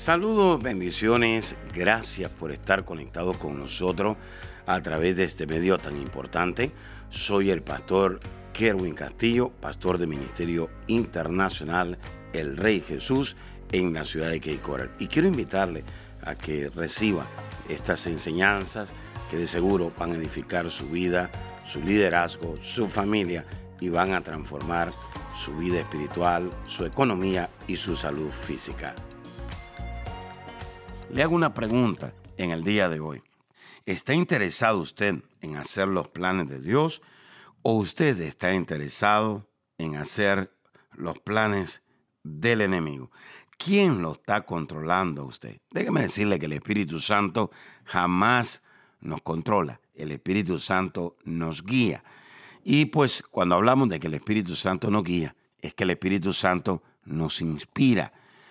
Saludos, bendiciones, gracias por estar conectados con nosotros a través de este medio tan importante. Soy el pastor Kerwin Castillo, pastor de Ministerio Internacional El Rey Jesús en la ciudad de Cape Coral. Y quiero invitarle a que reciba estas enseñanzas que de seguro van a edificar su vida, su liderazgo, su familia y van a transformar su vida espiritual, su economía y su salud física. Le hago una pregunta en el día de hoy. ¿Está interesado usted en hacer los planes de Dios o usted está interesado en hacer los planes del enemigo? ¿Quién lo está controlando a usted? Déjeme decirle que el Espíritu Santo jamás nos controla. El Espíritu Santo nos guía. Y pues cuando hablamos de que el Espíritu Santo nos guía, es que el Espíritu Santo nos inspira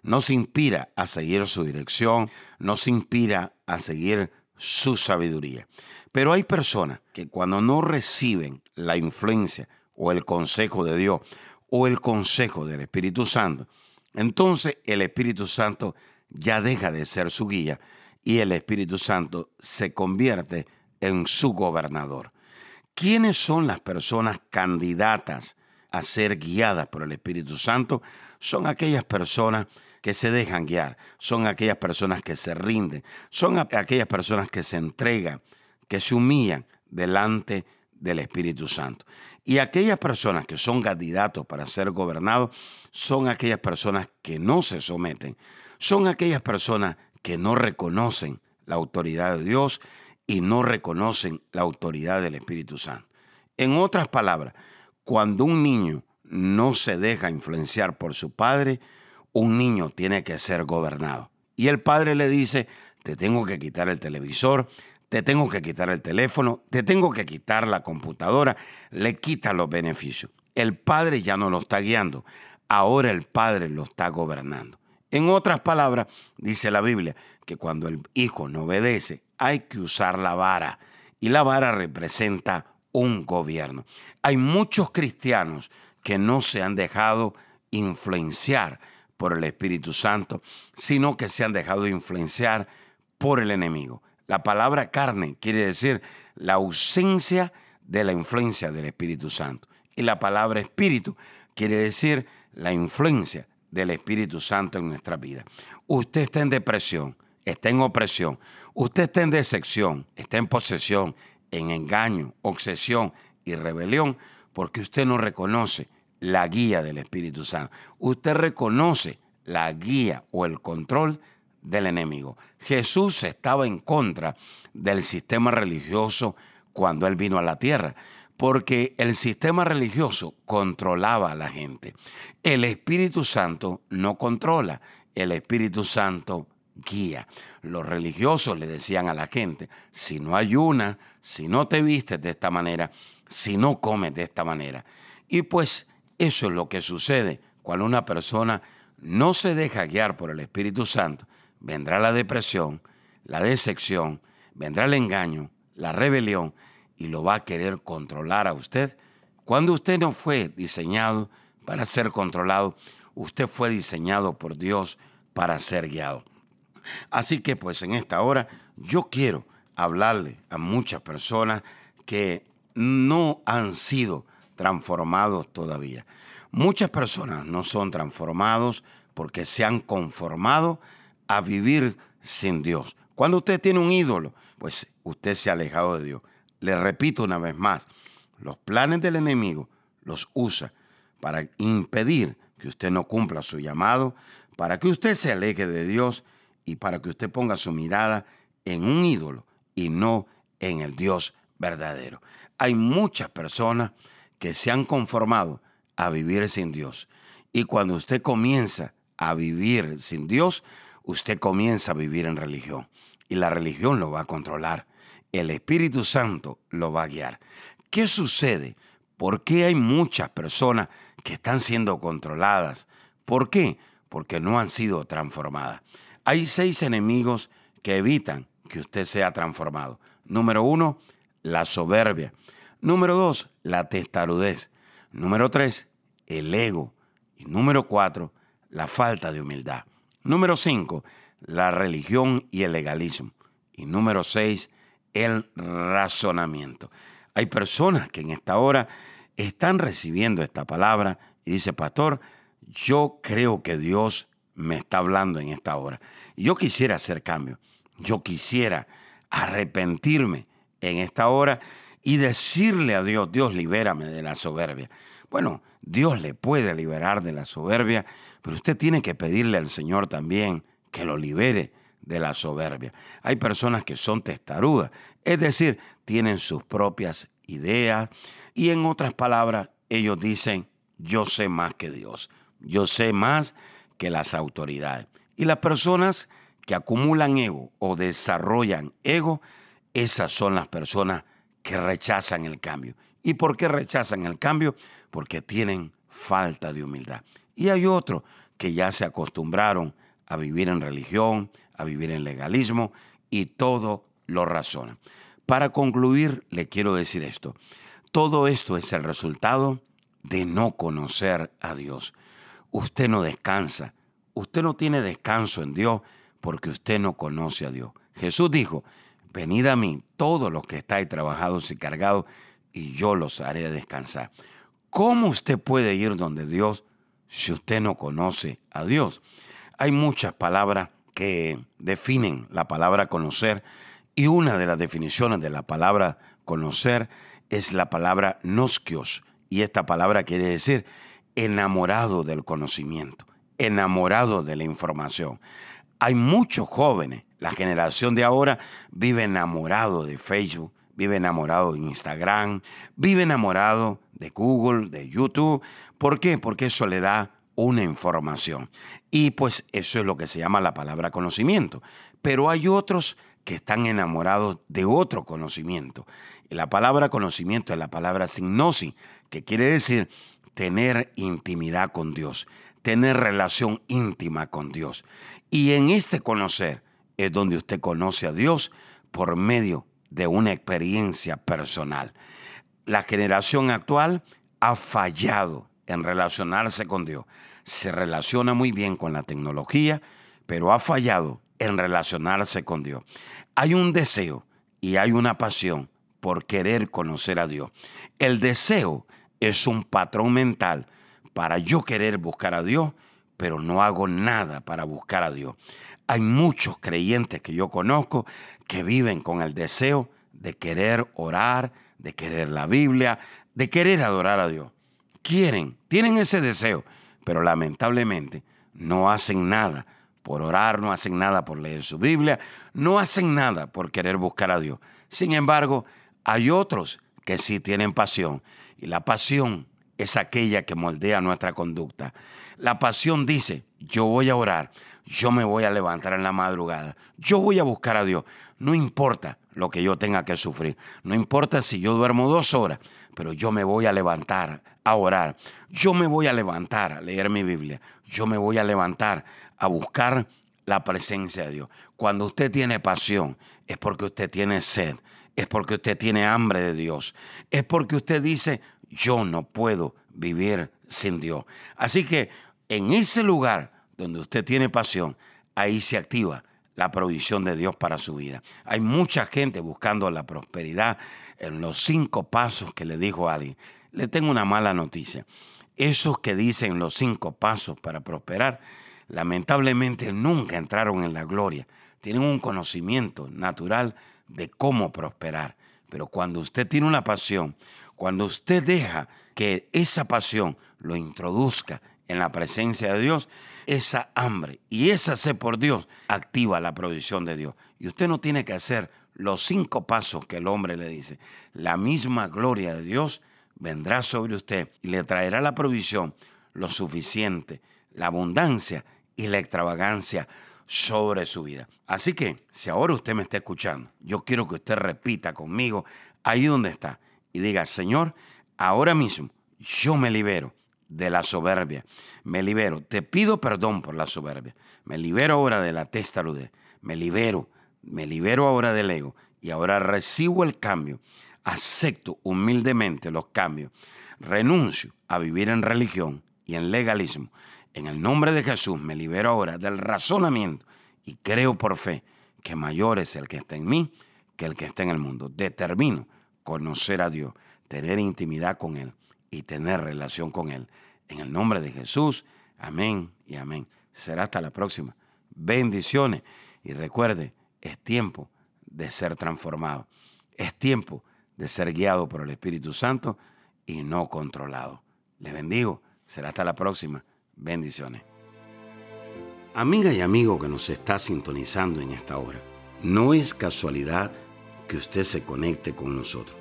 a seguir su dirección, nos inspira a seguir su sabiduría. Pero hay personas que cuando no reciben la influencia o el consejo de Dios o el consejo del Espíritu Santo, entonces el Espíritu Santo ya deja de ser su guía y el Espíritu Santo se convierte en su gobernador. ¿Quiénes son las personas candidatas a ser guiadas por el Espíritu Santo? Son aquellas personas que se dejan guiar, son aquellas personas que se rinden, son aquellas personas que se entregan, que se humillan delante del Espíritu Santo. Y aquellas personas que son candidatos para ser gobernados son aquellas personas que no se someten, son aquellas personas que no reconocen la autoridad de Dios y no reconocen la autoridad del Espíritu Santo. En otras palabras, cuando un niño no se deja influenciar por su padre, un niño tiene que ser gobernado. Y el padre le dice, te tengo que quitar el televisor, te tengo que quitar el teléfono, te tengo que quitar la computadora, le quita los beneficios. El padre ya no lo está guiando, ahora el padre lo está gobernando. En otras palabras, dice la Biblia, que cuando el hijo no obedece, hay que usar la vara. Y la vara representa un gobierno. Hay muchos cristianos que no se han dejado influenciar por el Espíritu Santo, sino que se han dejado influenciar por el enemigo. La palabra carne quiere decir la ausencia de la influencia del Espíritu Santo. Y la palabra espíritu quiere decir la influencia del Espíritu Santo en nuestra vida. Usted está en depresión, está en opresión, usted está en decepción, está en posesión, en engaño, obsesión y rebelión, porque usted no reconoce la guía del Espíritu Santo. Usted reconoce la guía o el control del enemigo. Jesús estaba en contra del sistema religioso cuando Él vino a la tierra, porque el sistema religioso controlaba a la gente. El Espíritu Santo no controla, el Espíritu Santo guía. Los religiosos le decían a la gente, si no ayunas, si no te vistes de esta manera, si no comes de esta manera. Y pues eso es lo que sucede cuando una persona no se deja guiar por el Espíritu Santo. Vendrá la depresión, la decepción, vendrá el engaño, la rebelión y lo va a querer controlar a usted. Cuando usted no fue diseñado para ser controlado, usted fue diseñado por Dios para ser guiado. Así que pues en esta hora yo quiero hablarle a muchas personas que no han sido transformados todavía. Muchas personas no son transformados porque se han conformado a vivir sin Dios. Cuando usted tiene un ídolo, pues usted se ha alejado de Dios. Le repito una vez más, los planes del enemigo los usa para impedir que usted no cumpla su llamado, para que usted se aleje de Dios y para que usted ponga su mirada en un ídolo y no en el Dios verdadero. Hay muchas personas que se han conformado a vivir sin Dios. Y cuando usted comienza a vivir sin Dios, usted comienza a vivir en religión. Y la religión lo va a controlar. El Espíritu Santo lo va a guiar. ¿Qué sucede? ¿Por qué hay muchas personas que están siendo controladas? ¿Por qué? Porque no han sido transformadas. Hay 6 enemigos que evitan que usted sea transformado. Número 1, la soberbia. Número 2, la testarudez. Número 3, el ego. Y número 4, la falta de humildad. Número 5, la religión y el legalismo. Y número 6, el razonamiento. Hay personas que en esta hora están recibiendo esta palabra y dice, pastor, yo creo que Dios me está hablando en esta hora. Yo quisiera hacer cambio. Yo quisiera arrepentirme en esta hora y decirle a Dios, Dios, libérame de la soberbia. Bueno, Dios le puede liberar de la soberbia, pero usted tiene que pedirle al Señor también que lo libere de la soberbia. Hay personas que son testarudas, es decir, tienen sus propias ideas y en otras palabras, ellos dicen, yo sé más que Dios, yo sé más que las autoridades. Y las personas que acumulan ego o desarrollan ego, esas son las personas que rechazan el cambio. ¿Y por qué rechazan el cambio? Porque tienen falta de humildad. Y hay otros que ya se acostumbraron a vivir en religión, a vivir en legalismo y todo lo razonan. Para concluir, le quiero decir esto. Todo esto es el resultado de no conocer a Dios. Usted no descansa, usted no tiene descanso en Dios porque usted no conoce a Dios. Jesús dijo, venid a mí todos los que estáis trabajados y cargados y yo los haré descansar. ¿Cómo usted puede ir donde Dios si usted no conoce a Dios? Hay muchas palabras que definen la palabra conocer y una de las definiciones de la palabra conocer es la palabra noskios y esta palabra quiere decir enamorado del conocimiento, enamorado de la información. Hay muchos jóvenes, la generación de ahora vive enamorado de Facebook, vive enamorado de Instagram, vive enamorado de Google, de YouTube. ¿Por qué? Porque eso le da una información. Y pues eso es lo que se llama la palabra conocimiento. Pero hay otros que están enamorados de otro conocimiento. Y la palabra conocimiento es la palabra signosis, que quiere decir tener intimidad con Dios, tener relación íntima con Dios. Y en este conocer es donde usted conoce a Dios por medio de una experiencia personal. La generación actual ha fallado en relacionarse con Dios. Se relaciona muy bien con la tecnología, pero ha fallado en relacionarse con Dios. Hay un deseo y hay una pasión por querer conocer a Dios. El deseo es un patrón mental para yo querer buscar a Dios, pero no hago nada para buscar a Dios. Hay muchos creyentes que yo conozco que viven con el deseo de querer orar, de querer la Biblia, de querer adorar a Dios. Tienen ese deseo, pero lamentablemente no hacen nada por orar, no hacen nada por leer su Biblia, no hacen nada por querer buscar a Dios. Sin embargo, hay otros que sí tienen pasión, y la pasión es aquella que moldea nuestra conducta. La pasión dice, yo voy a orar, yo me voy a levantar en la madrugada, yo voy a buscar a Dios. No importa lo que yo tenga que sufrir, no importa si yo duermo 2 horas, pero yo me voy a levantar a orar, yo me voy a levantar a leer mi Biblia, yo me voy a levantar a buscar la presencia de Dios. Cuando usted tiene pasión, es porque usted tiene sed, es porque usted tiene hambre de Dios, es porque usted dice, yo no puedo vivir sin Dios. Así que en ese lugar donde usted tiene pasión, ahí se activa la provisión de Dios para su vida. Hay mucha gente buscando la prosperidad en los 5 pasos que le dijo alguien. Le tengo una mala noticia. Esos que dicen los 5 pasos para prosperar, lamentablemente nunca entraron en la gloria. Tienen un conocimiento natural de cómo prosperar. Pero cuando usted tiene una pasión, cuando usted deja que esa pasión lo introduzca en la presencia de Dios, esa hambre y esa sed por Dios activa la provisión de Dios. Y usted no tiene que hacer los 5 pasos que el hombre le dice. La misma gloria de Dios vendrá sobre usted y le traerá la provisión, lo suficiente, la abundancia y la extravagancia sobre su vida. Así que, si ahora usted me está escuchando, yo quiero que usted repita conmigo ahí donde está y diga, Señor, ahora mismo yo me libero de la soberbia. Me libero, te pido perdón por la soberbia. Me libero ahora de la testarudez. Me libero ahora del ego y ahora recibo el cambio. Acepto humildemente los cambios. Renuncio a vivir en religión y en legalismo. En el nombre de Jesús me libero ahora del razonamiento y creo por fe que mayor es el que está en mí que el que está en el mundo. Determino conocer a Dios, tener intimidad con Él y tener relación con Él. En el nombre de Jesús, amén y amén. Será hasta la próxima. Bendiciones. Y recuerde, es tiempo de ser transformado. Es tiempo de ser guiado por el Espíritu Santo y no controlado. Les bendigo. Será hasta la próxima. Bendiciones. Amiga y amigo que nos está sintonizando en esta hora, no es casualidad que usted se conecte con nosotros.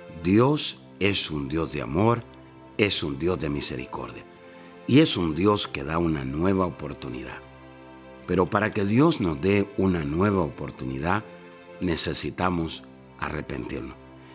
Dios es un Dios de amor, es un Dios de misericordia y es un Dios que da una nueva oportunidad. Pero para que Dios nos dé una nueva oportunidad, necesitamos arrepentirnos.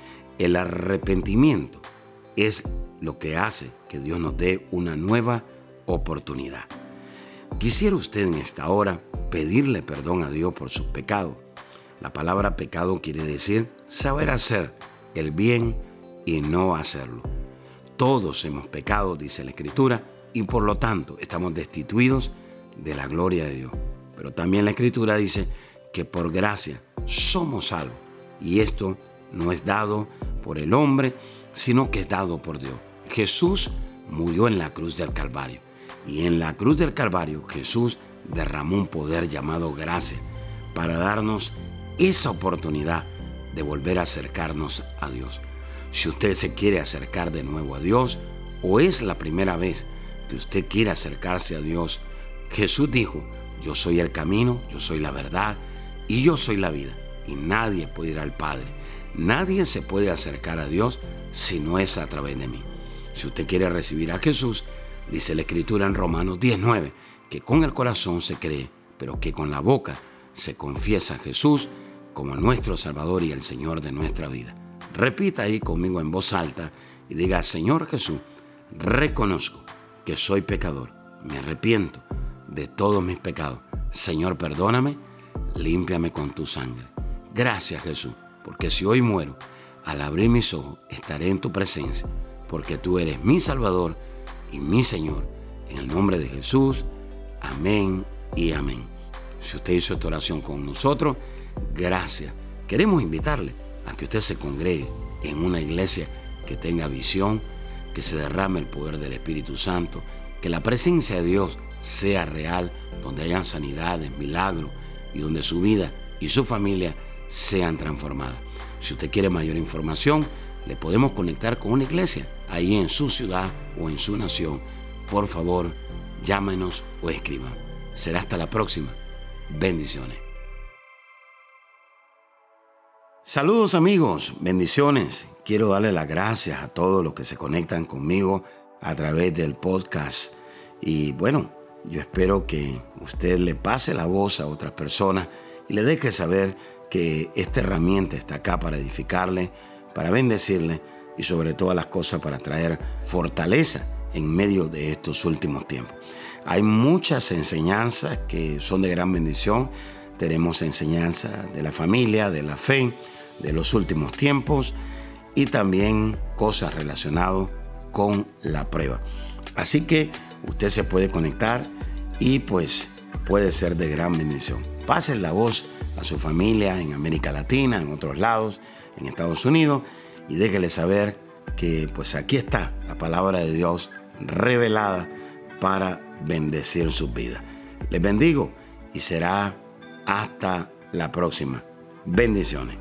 El arrepentimiento es lo que hace que Dios nos dé una nueva oportunidad. Quisiera usted en esta hora pedirle perdón a Dios por sus pecados. La palabra pecado quiere decir saber hacer el bien y no hacerlo. Todos hemos pecado, dice la Escritura, y por lo tanto estamos destituidos de la gloria de Dios. Pero también la Escritura dice que por gracia somos salvos. Y esto no es dado por el hombre, sino que es dado por Dios. Jesús murió en la cruz del Calvario. Y en la cruz del Calvario Jesús derramó un poder llamado gracia para darnos esa oportunidad de volver a acercarnos a Dios. Si usted se quiere acercar de nuevo a Dios o es la primera vez que usted quiere acercarse a Dios, Jesús dijo: yo soy el camino, yo soy la verdad y yo soy la vida. Y nadie puede ir al Padre. Nadie se puede acercar a Dios si no es a través de mí. Si usted quiere recibir a Jesús, dice la Escritura en Romanos 10:9, que con el corazón se cree, pero que con la boca se confiesa a Jesús como nuestro Salvador y el Señor de nuestra vida. Repita ahí conmigo en voz alta y diga: Señor Jesús, reconozco que soy pecador, me arrepiento de todos mis pecados. Señor, perdóname, límpiame con tu sangre. Gracias, Jesús, porque si hoy muero, al abrir mis ojos estaré en tu presencia, porque tú eres mi Salvador y mi Señor. En el nombre de Jesús, amén y amén. Si usted hizo esta oración con nosotros, gracias. Queremos invitarle a que usted se congregue en una iglesia que tenga visión, que se derrame el poder del Espíritu Santo, que la presencia de Dios sea real, donde hayan sanidades, milagros y donde su vida y su familia sean transformadas. Si usted quiere mayor información, le podemos conectar con una iglesia ahí en su ciudad o en su nación. Por favor, llámenos o escriban. Será hasta la próxima. Bendiciones. Saludos amigos, bendiciones. Quiero darle las gracias a todos los que se conectan conmigo a través del podcast. Y bueno, yo espero que usted le pase la voz a otras personas y le deje saber que esta herramienta está acá para edificarle, para bendecirle y sobre todas las cosas para traer fortaleza en medio de estos últimos tiempos. Hay muchas enseñanzas que son de gran bendición. Tenemos enseñanza de la familia, de la fe, de los últimos tiempos y también cosas relacionadas con la prueba. Así que usted se puede conectar y pues puede ser de gran bendición. Pasen la voz a su familia en América Latina, en otros lados, en Estados Unidos, y déjele saber que pues aquí está la palabra de Dios revelada para bendecir sus vidas. Les bendigo y será hasta la próxima. Bendiciones.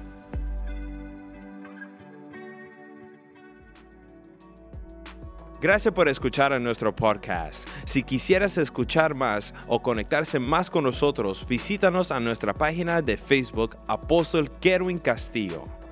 Gracias por escuchar a nuestro podcast. Si quisieras escuchar más o conectarse más con nosotros, visítanos a nuestra página de Facebook, Apóstol Kerwin Castillo.